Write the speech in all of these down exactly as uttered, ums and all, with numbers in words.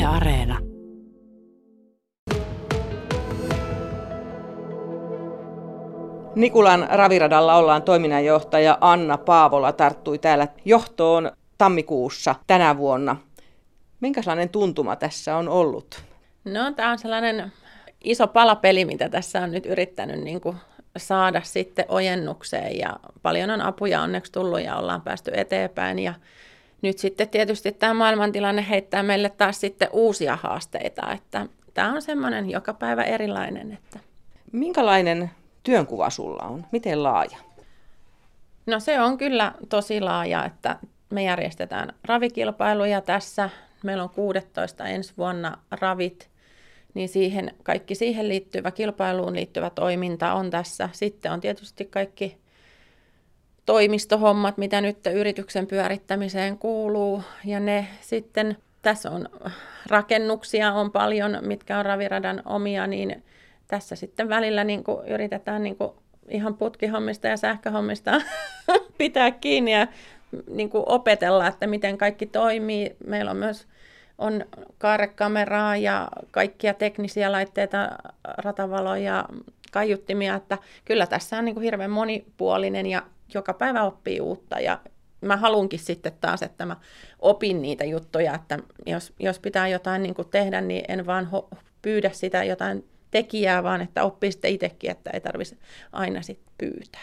Areena. Nikulan raviradalla ollaan toiminnanjohtaja Anna Paavola tarttui täällä johtoon tammikuussa tänä vuonna. Minkälainen tuntuma tässä on ollut? No, tämä on sellainen iso palapeli, mitä tässä on nyt yrittänyt niin kuin saada sitten ojennukseen ja paljon on apuja onneksi tullut ja ollaan päästy eteenpäin ja nyt sitten tietysti tämä maailmantilanne heittää meille taas sitten uusia haasteita, että tämä on semmoinen joka päivä erilainen. Että... Minkälainen työnkuva sulla on? Miten laaja? No se on kyllä tosi laaja, että me järjestetään ravikilpailuja tässä. Meillä on kuusitoista ensi vuonna ravit, niin siihen, kaikki siihen liittyvä, kilpailuun liittyvä toiminta on tässä. Sitten on tietysti kaikki toimistohommat, mitä nyt yrityksen pyörittämiseen kuuluu. Ja ne sitten, tässä on rakennuksia on paljon, mitkä on Raviradan omia, niin tässä sitten välillä niin kuin yritetään niin kuin ihan putkihommista ja sähköhommista pitää kiinni ja niin kuin opetella, että miten kaikki toimii. Meillä on myös on kaarekameraa ja kaikkia teknisiä laitteita, ratavaloja, kaiuttimia, että kyllä tässä on niin kuin hirveän monipuolinen ja joka päivä oppii uutta ja mä haluankin sitten taas, että mä opin niitä juttuja, että jos, jos pitää jotain niin kuin tehdä, niin en vaan ho- pyydä sitä jotain tekijää, vaan että oppii sitten itsekin, että ei tarvitse aina sitten pyytää.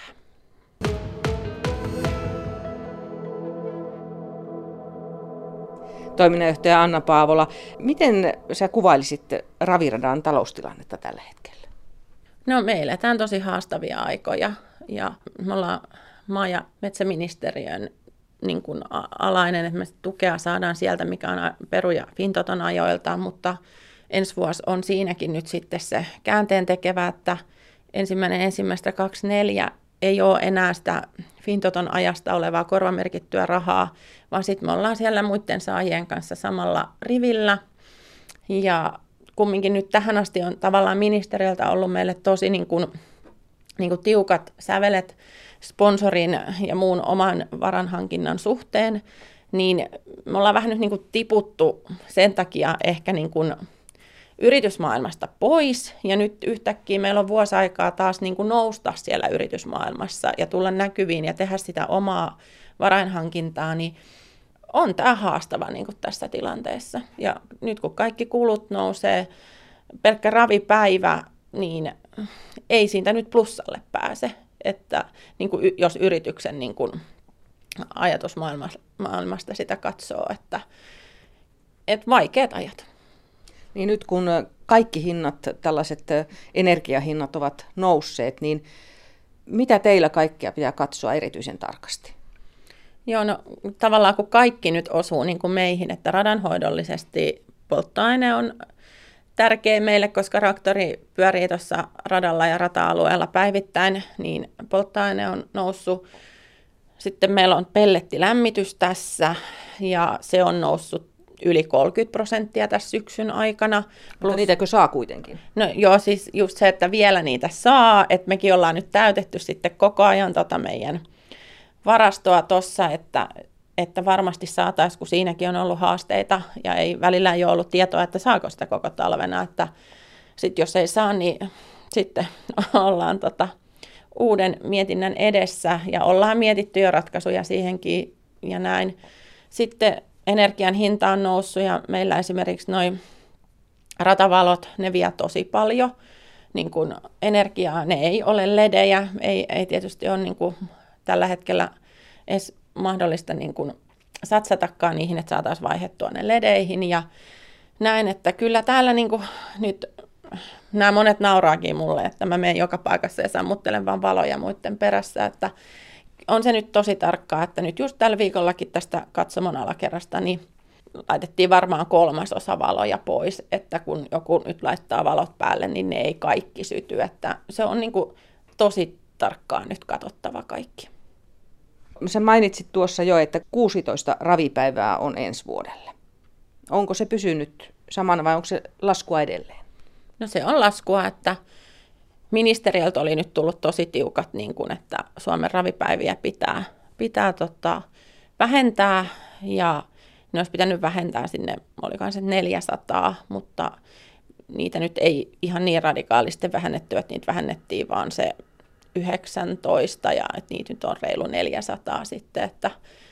Toiminnanjohtaja Anna Paavola, miten sä kuvailisit Raviradan taloustilannetta tällä hetkellä? No me eletään tosi haastavia aikoja ja me ollaan maa- ja metsäministeriön niin kuin alainen, että me tukea saadaan sieltä, mikä on Peru- ja Fintoton ajoilta, mutta ensi vuosi on siinäkin nyt sitten se käänteen tekevä, että ensimmäinen ensimmäistä kaksikymmentäneljä ei ole enää sitä Fintoton ajasta olevaa korvamerkittyä rahaa, vaan sitten me ollaan siellä muiden saajien kanssa samalla rivillä. Ja kumminkin nyt tähän asti on tavallaan ministeriöltä ollut meille tosi niin kuin, niin kuin tiukat sävelet sponsorin ja muun oman varanhankinnan suhteen, niin me ollaan vähän nyt niin kuin tiputtu sen takia ehkä niin kuin yritysmaailmasta pois, ja nyt yhtäkkiä meillä on vuosi aikaa taas niin kuin nousta siellä yritysmaailmassa ja tulla näkyviin ja tehdä sitä omaa varainhankintaa, niin on tämä haastava niin kuin tässä tilanteessa. Ja nyt kun kaikki kulut nousee, pelkkä ravipäivä, niin ei siitä nyt plussalle pääse, että niin kuin jos yrityksen niin kuin ajatusmaailmasta sitä katsoo, että, että vaikeat ajat. Niin nyt kun kaikki hinnat, tällaiset energiahinnat ovat nousseet, niin mitä teillä kaikkea pitää katsoa erityisen tarkasti? Joo, no tavallaan kun kaikki nyt osuu niin kuin meihin, että radanhoidollisesti polttoaine on tärkeä meille, koska traktori pyörii tuossa radalla ja rata-alueella päivittäin, niin polttoaine on noussut. Sitten meillä on pellettilämmitys tässä ja se on noussut yli kolmekymmentä prosenttia tässä syksyn aikana. Mutta niitäkö saa kuitenkin? No joo, siis just se, että vielä niitä saa, että mekin ollaan nyt täytetty sitten koko ajan tota meidän varastoa tuossa, että, että varmasti saataisiin, kun siinäkin on ollut haasteita ja ei välillä ei ole ollut tietoa, että saako sitä koko talvena, että sitten jos ei saa, niin sitten ollaan tota uuden mietinnän edessä ja ollaan mietitty jo ratkaisuja siihenkin ja näin. Sitten energian hinta on noussut ja meillä esimerkiksi noin ratavalot, ne vie tosi paljon niin kuin energiaa. Ne ei ole ledejä, ei, ei tietysti ole niin kuin tällä hetkellä edes mahdollista niin kuin satsatakaan niihin, että saataisiin vaihdettua ne ledeihin. Ja näin, että kyllä täällä niin kuin nyt nämä monet nauraakin mulle, että mä menen joka paikassa ja sammuttelen vaan valoja muiden perässä, että on se nyt tosi tarkkaa, että nyt just tällä viikollakin tästä katsomon alakerrasta, niin laitettiin varmaan kolmasosa valoja pois, että kun joku nyt laittaa valot päälle, niin ne ei kaikki syty, että se on niin kuin tosi tarkkaan nyt katsottava kaikki. Sä mainitsit tuossa jo, että kuusitoista ravipäivää on ensi vuodelle. Onko se pysynyt samana vai onko se laskua edelleen? No se on laskua, että ministeriöltä oli nyt tullut tosi tiukat, niin kuin, että Suomen ravipäiviä pitää, pitää tota, vähentää ja ne olisi pitänyt vähentää sinne, olikohan se neljäsataa, mutta niitä nyt ei ihan niin radikaalisti vähennetty, että niitä vähennettiin vaan se yhdeksäntoista ja että niitä nyt on reilu neljäsataa sitten. Että,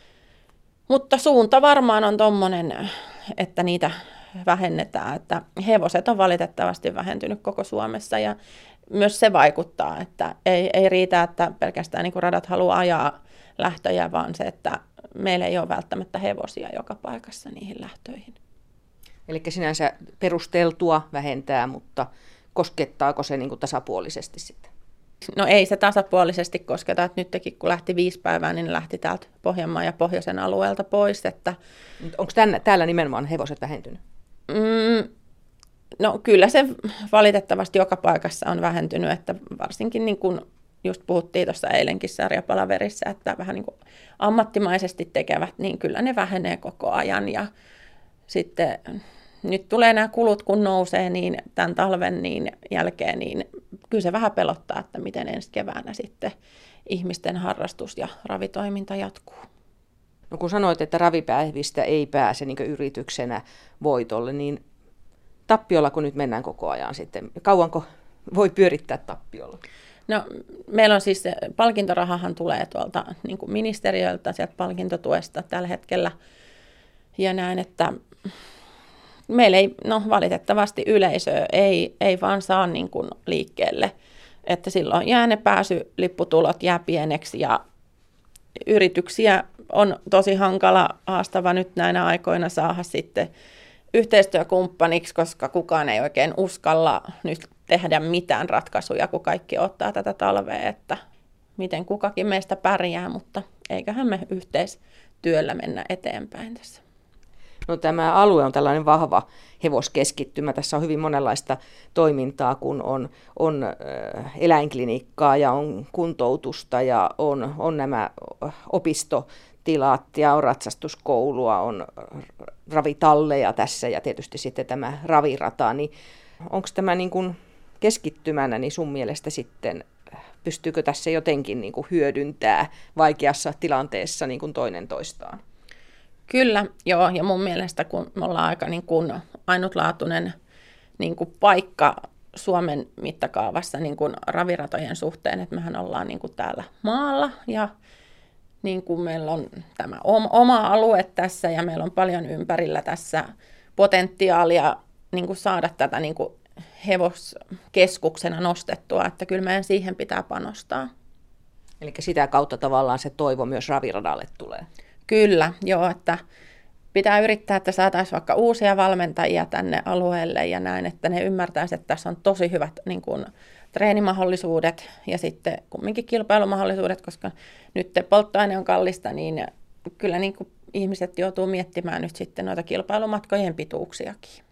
mutta suunta varmaan on tommonen, että niitä vähennetään, että hevoset on valitettavasti vähentynyt koko Suomessa ja myös se vaikuttaa, että ei, ei riitä, että pelkästään niin kuin radat haluaa ajaa lähtöjä, vaan se, että meillä ei ole välttämättä hevosia joka paikassa niihin lähtöihin. Eli sinänsä perusteltua vähentää, mutta koskettaako se niin kuin tasapuolisesti sitten? No ei se tasapuolisesti kosketa, että nytkin kun lähti viisi päivää, niin ne lähti täältä Pohjanmaan ja pohjoisen alueelta pois. Että onko tänne, täällä nimenomaan hevoset vähentynyt? Mm, no kyllä se valitettavasti joka paikassa on vähentynyt, että varsinkin niin kuin just puhuttiin tuossa eilenkin sarjapalaverissa, että vähän niin kuin ammattimaisesti tekevät, niin kyllä ne vähenee koko ajan ja sitten nyt tulee nämä kulut, kun nousee niin tämän talven niin jälkeen, niin kyllä se vähän pelottaa, että miten ensi keväänä sitten ihmisten harrastus ja ravitoiminta jatkuu. No kun sanoit, että ravipäivistä ei pääse niin yrityksenä voitolle, niin tappiolla kun nyt mennään koko ajan sitten, kauanko voi pyörittää tappiolla? No meillä on siis, palkintorahahan tulee tuolta niin kuin ministeriöltä, sieltä palkintotuesta tällä hetkellä, ja näin, että meillä ei, no valitettavasti yleisöä ei, ei vaan saa niin kuin liikkeelle, että silloin jää ne pääsylipputulot jää pieneksi ja yrityksiä on tosi hankala, haastava nyt näinä aikoina saada sitten yhteistyökumppaniksi, koska kukaan ei oikein uskalla nyt tehdä mitään ratkaisuja, kun kaikki ottaa tätä talvea, että miten kukakin meistä pärjää, mutta eiköhän me yhteistyöllä mennä eteenpäin tässä. No tämä alue on tällainen vahva hevoskeskittymä. Tässä on hyvin monenlaista toimintaa, kun on, on eläinklinikkaa ja on kuntoutusta ja on, on nämä opistotilat ja on ratsastuskoulua, on ravitalleja tässä ja tietysti sitten tämä ravirata. Niin onko tämä niin kuin keskittymänä niin sun mielestä sitten, pystyykö tässä jotenkin niin kuin hyödyntää vaikeassa tilanteessa niin kuin toinen toistaan? Kyllä, joo, ja mun mielestä kun me ollaan aika niin kuin ainutlaatuinen niin kuin paikka Suomen mittakaavassa niin kuin raviratojen suhteen, että mehän ollaan niin kuin täällä maalla ja niin kuin meillä on tämä oma alue tässä ja meillä on paljon ympärillä tässä potentiaalia niin kuin saada tätä niin kuin hevoskeskuksena nostettua, että kyllä meidän siihen pitää panostaa. Eli sitä kautta tavallaan se toivo myös raviradalle tulee. Kyllä, joo, että pitää yrittää, että saataisiin vaikka uusia valmentajia tänne alueelle ja näin, että ne ymmärtäisivät, että tässä on tosi hyvät niin kuin, treenimahdollisuudet ja sitten kumminkin kilpailumahdollisuudet, koska nyt polttoaine on kallista, niin kyllä niin kuin ihmiset joutuu miettimään nyt sitten noita kilpailumatkojen pituuksiakin.